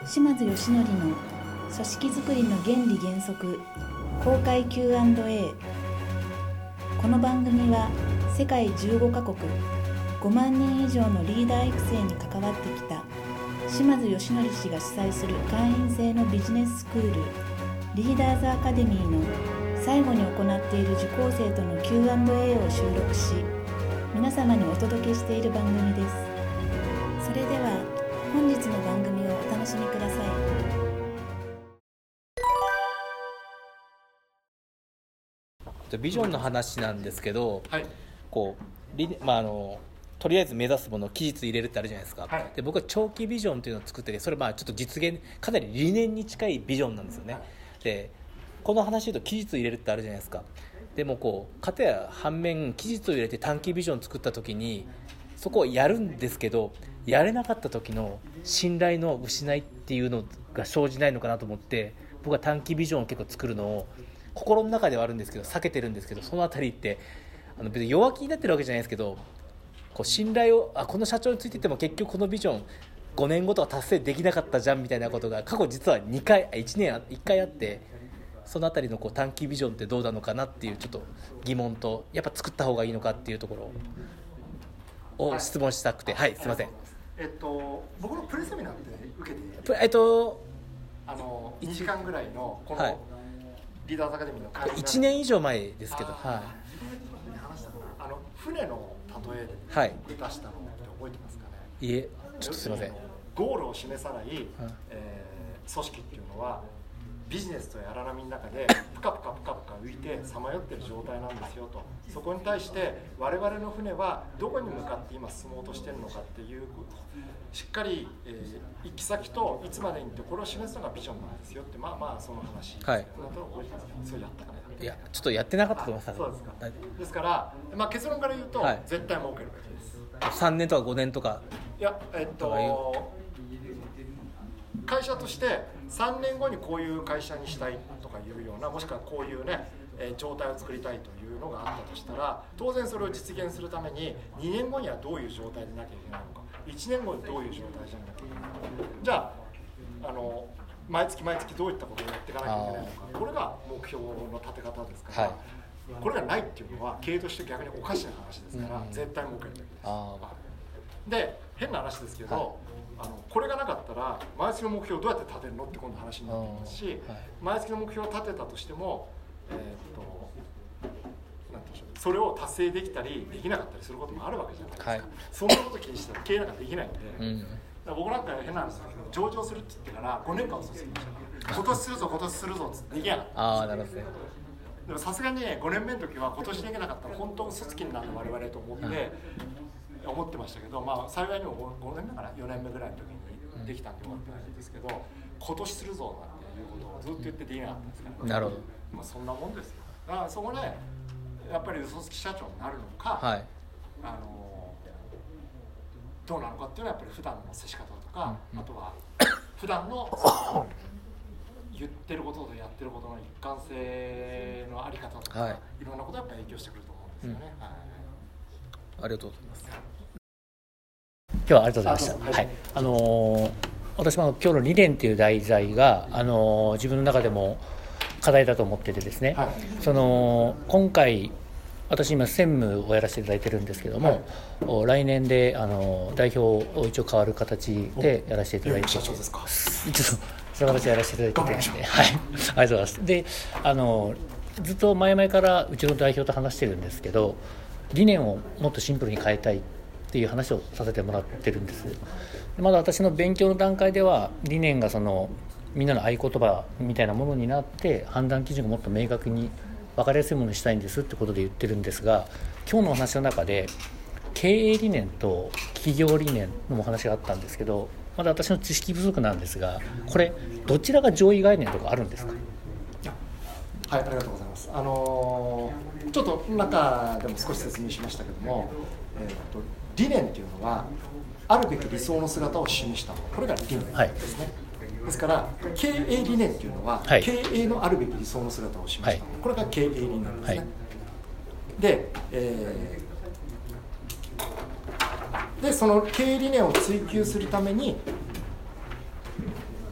島津義則の組織づくりの原理原則公開 Q&A。 この番組は世界15カ国5万人以上のリーダー育成に関わってきた島津義則氏が主催する会員制のビジネススクールリーダーズアカデミーの最後に行っている受講生との Q&A を収録し、皆様にお届けしている番組です。それでは本日の番組をお楽しみください。 ビジョンの話なんですけど、 はい、 とりあえず目指すものを期日入れるってあるじゃないですか、 はい、 で僕は長期ビジョンというのを作ってて、それちょっと実現かなり理念に近いビジョンなんですよね、はい、でこの話で言うと期日入れるってあるじゃないですか。でもかたや反面期日を入れて短期ビジョンを作った時にそこをやるんですけど、やれなかった時の信頼の失いっていうのが生じないのかなと思って、僕は短期ビジョンを結構作るのを心の中ではあるんですけど避けてるんですけど、そのあたりって別に弱気になってるわけじゃないですけど、信頼をこの社長についてても結局このビジョン5年後とか達成できなかったじゃんみたいなことが過去実は1回あって、そのあたりの短期ビジョンってどうなのかなっていうちょっと疑問と、やっぱ作った方がいいのかっていうところを質問したくて、はい、すいません。 僕のプレセミナーって受けて 2 時間ぐらいのこはいのリーダーズアカデミーの会 1年以上前ですけど、 話したの船の例えで出したのって覚えてますかね。 いえ、ちょっとすいません。 ゴールを示さない、組織っていうのはビジネスとやらなみの中でプカプカ浮いてさまよってる状態なんですよと。そこに対して我々の船はどこに向かって今進もうとしてるのかっていうしっかり、行き先といつまでにってこれを示すのがビジョンなんですよって、その話、 はい、 そうやったかね。 いやちょっとやってなかったと思います。 そうですか。ですから、結論から言うと、 はい、 絶対儲けるべきです。 3年とか5年とか。 いや、会社として3年後にこういう会社にしたいとかいうような、もしくはこういうね、状態を作りたいというのがあったとしたら、当然それを実現するために2年後にはどういう状態でなきゃいけないのか、1年後にどういう状態じゃなきゃいけないのか、じゃあ、毎月どういったことをやっていかなきゃいけないのか、これが目標の立て方ですから、はい、これがないっていうのは経営として逆におかしな話ですから、絶対儲けるべきです。で、変な話ですけど、はい、これがなかったら毎月の目標をどうやって立てるのって今度話になってきますし、はい、毎月の目標を立てたとしても、なんていうんでしょう、それを達成できたりできなかったりすることもあるわけじゃないですか、はい、そんなこと気にしたら経営なんかできないんで、僕なんか変なんですけど、上場するって言ってから5年間嘘つきましたから、今年するぞってできなかった。 なるほどね。 でもさすがにね、5年目の時は今年できなかったら本当嘘つきになる我々と思ってましたけど、幸いにも5年目から4年目ぐらいの時にできたんでよかったんですけど、今年するぞなんていうことをずっと言ってできなかったんですから、 なるほど。 そんなもんですよ。だからそこでやっぱり嘘つき社長になるのか、はい、どうなのかっていうのはやっぱり普段の接し方とか、あとは普段の言ってることとやってることの一貫性のあり方とか、いろんなことがやっぱり影響してくると思うんですよね。 ありがとうございます。 今日はありがとうございました。はい、私も今日の理念という題材が自分の中でも課題だと思っててですね、はい、今回私今専務をやらせていただいてるんですけども、はい、来年で代表を一応変わる形でやらせていただいて、 社長ですか。 一応その形でやらせていただいてて、はい、ありがとうございます。でずっと前々からうちの代表と話してるんですけど、理念をもっとシンプルに変えたいっていう話をさせてもらってるんです。まだ私の勉強の段階では理念がみんなの合言葉みたいなものになって判断基準がもっと明確に分かりやすいものにしたいんですってことで言ってるんですが、今日のお話の中で経営理念と企業理念のお話があったんですけど、まだ私の知識不足なんですが、これどちらが上位概念とかあるんですか。 はい、ありがとうございます。ちょっと中でも少し説明しましたけども、理念っていうのはあるべき理想の姿を示したもの、これが理念ですね。はい、ですから経営理念っていうのは、はい、経営のあるべき理想の姿を示したもの、これが経営理念ですね。はい、で、その経営理念を追求するために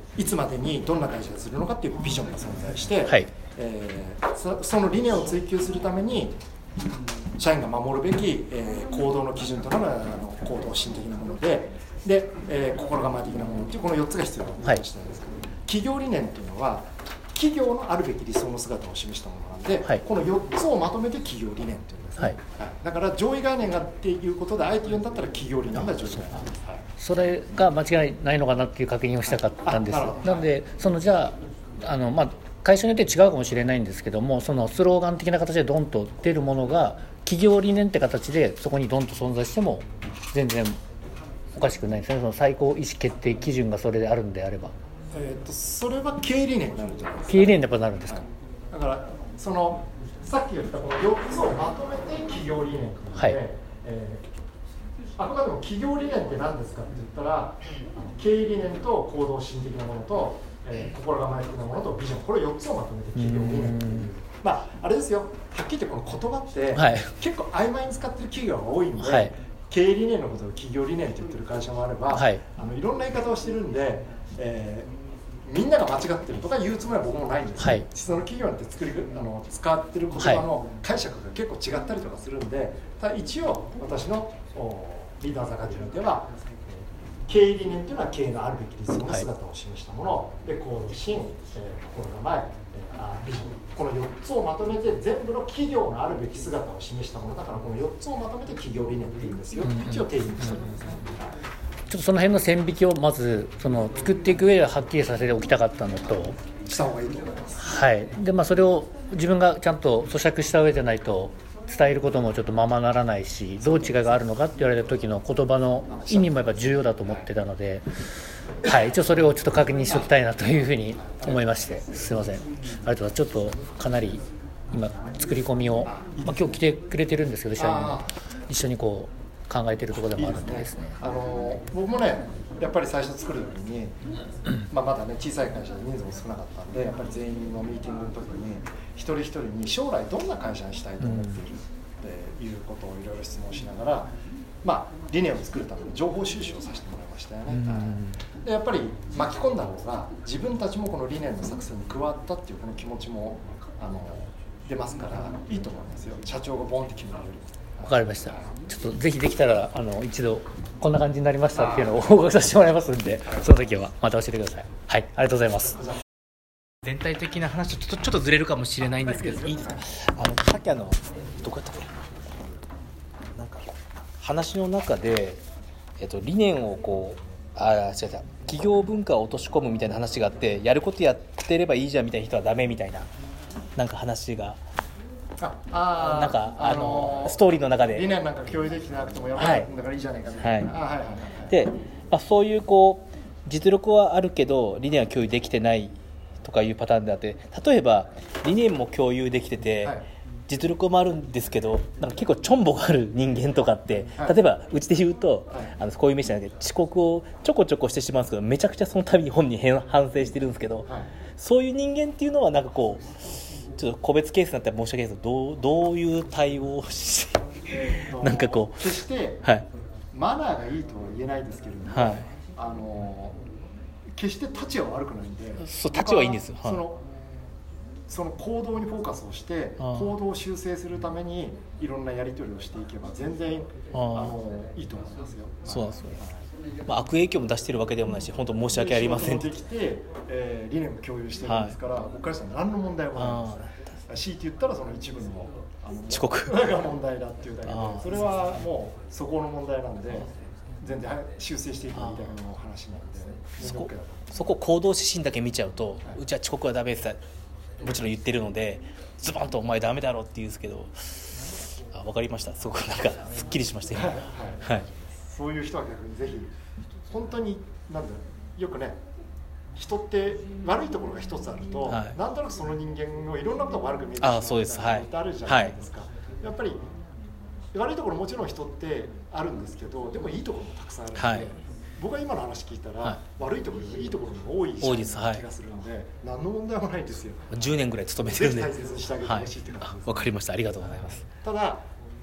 いつまでにどんな会社にするのかっていうビジョンが存在して、 はい、 その理念を追求するために社員が守るべき、行動の基準となる行動心的なもので、心構え的なものっていうこの4つが必要だと思ってしたんですけど、企業理念っていうのは企業のあるべき理想の姿を示したものなんで、この4つをまとめて企業理念っていうんですね。だから上位概念がっていうことであえて言うんだったら企業理念が上位概念です。 それが間違いないのかなっていう確認をしたかったんです。なのでじゃあ会社によって違うかもしれないんですけども、そのスローガン的な形でドンと出るものが企業理念って形でそこにドンと存在しても全然おかしくないですね。その最高意思決定基準がそれであるんであれば、 それは経営理念になるんじゃないですか。 経営理念でやっぱなるんですか。 だからさっき言ったこの4つをまとめて企業理念というので、あくまでも企業理念って何ですかって言ったら、経営理念と行動心的なものと、心構え的なものとビジョン、これ4つをまとめて企業理念という、あれですよ、はっきり言ってこの言葉って、結構曖昧に使ってる企業が多いんで、経営理念のことを企業理念と言ってる会社もあれば、いろんな言い方をしてるんで、みんなが間違ってるとか言うつもりは僕もないんですけど、その企業によって使ってる言葉の解釈が結構違ったりとかするんで、一応私のリーダーズアカデミーでは経営理念というのは経営のあるべき理想の姿を示したもの、で行動心、心構え、ビジョン、この4つをまとめて全部の企業のあるべき姿を示したものだから、この4つをまとめて企業理念っていうんですよ、一応定義してるんですね。 ちょっとその辺の線引きをまず作っていく上ではっきりさせておきたかったのと、 した方がいいと思います。 でそれを自分がちゃんと咀嚼した上でないと伝えることもちょっとままならないし、どう違いがあるのかって言われた時の言葉の意味もやっぱ重要だと思ってたので、一応それをちょっと確認しておきたいなというふうに思いまして、すいません、ありがとうございます。ちょっとかなり今作り込みを、今日来てくれてるんですけど、社員も一緒に考えてるところでもあるんでですね。 僕もね、やっぱり最初作る時に、まだね小さい会社で人数も少なかったんで、やっぱり全員のミーティングの時に一人一人に将来どんな会社にしたいと思っているっていうことをいろいろ質問しながら、理念を作るための情報収集をさせてもらいましたよね。でやっぱり巻き込んだ方が自分たちもこの理念の作成に加わったっていうこの気持ちも出ますからいいと思いますよ。社長がボンって決めるよりも。 わかりました。ちょっとぜひできたら一度こんな感じになりましたっていうのを報告させてもらいますんで、その時はまた教えてください。ありがとうございます。 全体的な話とちょっとずれるかもしれないんですけど、いいですか。さっきどこだったっけ、なんか話の中で、理念を企業文化を落とし込むみたいな話があって、やることやってればいいじゃんみたいな人はダメみたいな、なんか話がなんかストーリーの中で理念なんか共有できなくてもやばいんだからいいじゃないかみたいな。 で、そういう実力はあるけど理念は共有できてないとかいうパターンであって、例えば理念も共有できてて、実力もあるんですけど、なんか結構チョンボがある人間とかって、例えばうちで言うと、こういう名詞じゃなくて遅刻をちょこちょこしてしまうんですけど、めちゃくちゃその度に本人反省してるんですけど、そういう人間っていうのはなんかちょっと個別ケースになったら申し訳ないですけど、どういう対応をしてなんか決して、マナーがいいとは言えないですけれども、決して立ちは悪くないんで、 そう立ちはいいんですよ。 その行動にフォーカスをして行動を修正するためにいろんなやり取りをしていけば全然いいと思いますよ。 そうなんですよ。悪影響も出しているわけでもないし、本当申し訳ありませんってできて、理念を共有してるんですから、僕からしたら何の問題もないです。強いて言ったらその一部の遅刻が問題だっていうだけで、それはもうそこの問題なんで全然修正していくみたいな話なんで、 そこ行動指針だけ見ちゃうと、うちは遅刻はダメですもちろん言ってるので、ズバンとお前ダメだろって言うんですけど、分かりました。すごくなんかすっきりしました今。 そういう人は逆にぜひ本当によくね、人って悪いところが一つあると、なんとなくその人間をいろんなことが悪く見えてしまうみたいなことあるじゃないですか。やっぱり悪いところもちろん人ってあるんですけど、でもいいところもたくさんあるので、僕は今の話聞いたら、悪いところよりいいところが多い気がするので、何の問題もないんですよ。 10年ぐらい勤めてるんで大切にしてあげてほしいって感じです。 わかりました。ありがとうございます。 ただ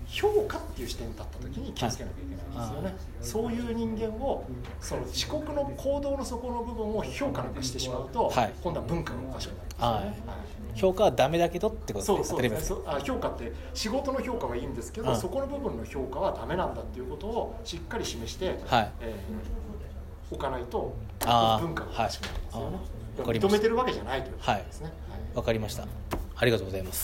評価っていう視点に立った時に気をつけなきゃいけないんですよね、そういう人間をその遅刻の行動の底の部分を評価なんかしてしまうと、今度は文化がおかしくなるんですよね、 評価はダメだけどってことですね。 そう評価って仕事の評価はいいんですけど、そこの部分の評価はダメなんだっていうことをしっかり示して、おかないと文化がおかしくなるんですよね、認めてるわけじゃないということですね。 わかりました。ありがとうございます。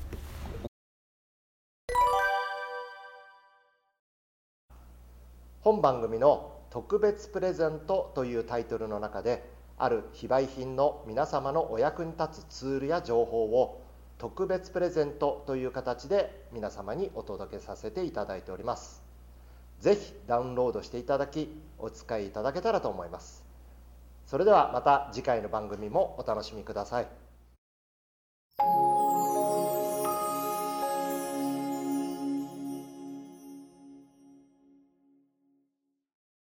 本番組の特別プレゼントというタイトルの中で、ある非売品の皆様のお役に立つツールや情報を特別プレゼントという形で皆様にお届けさせていただいております。ぜひダウンロードしていただきお使いいただけたらと思います。それではまた次回の番組もお楽しみください。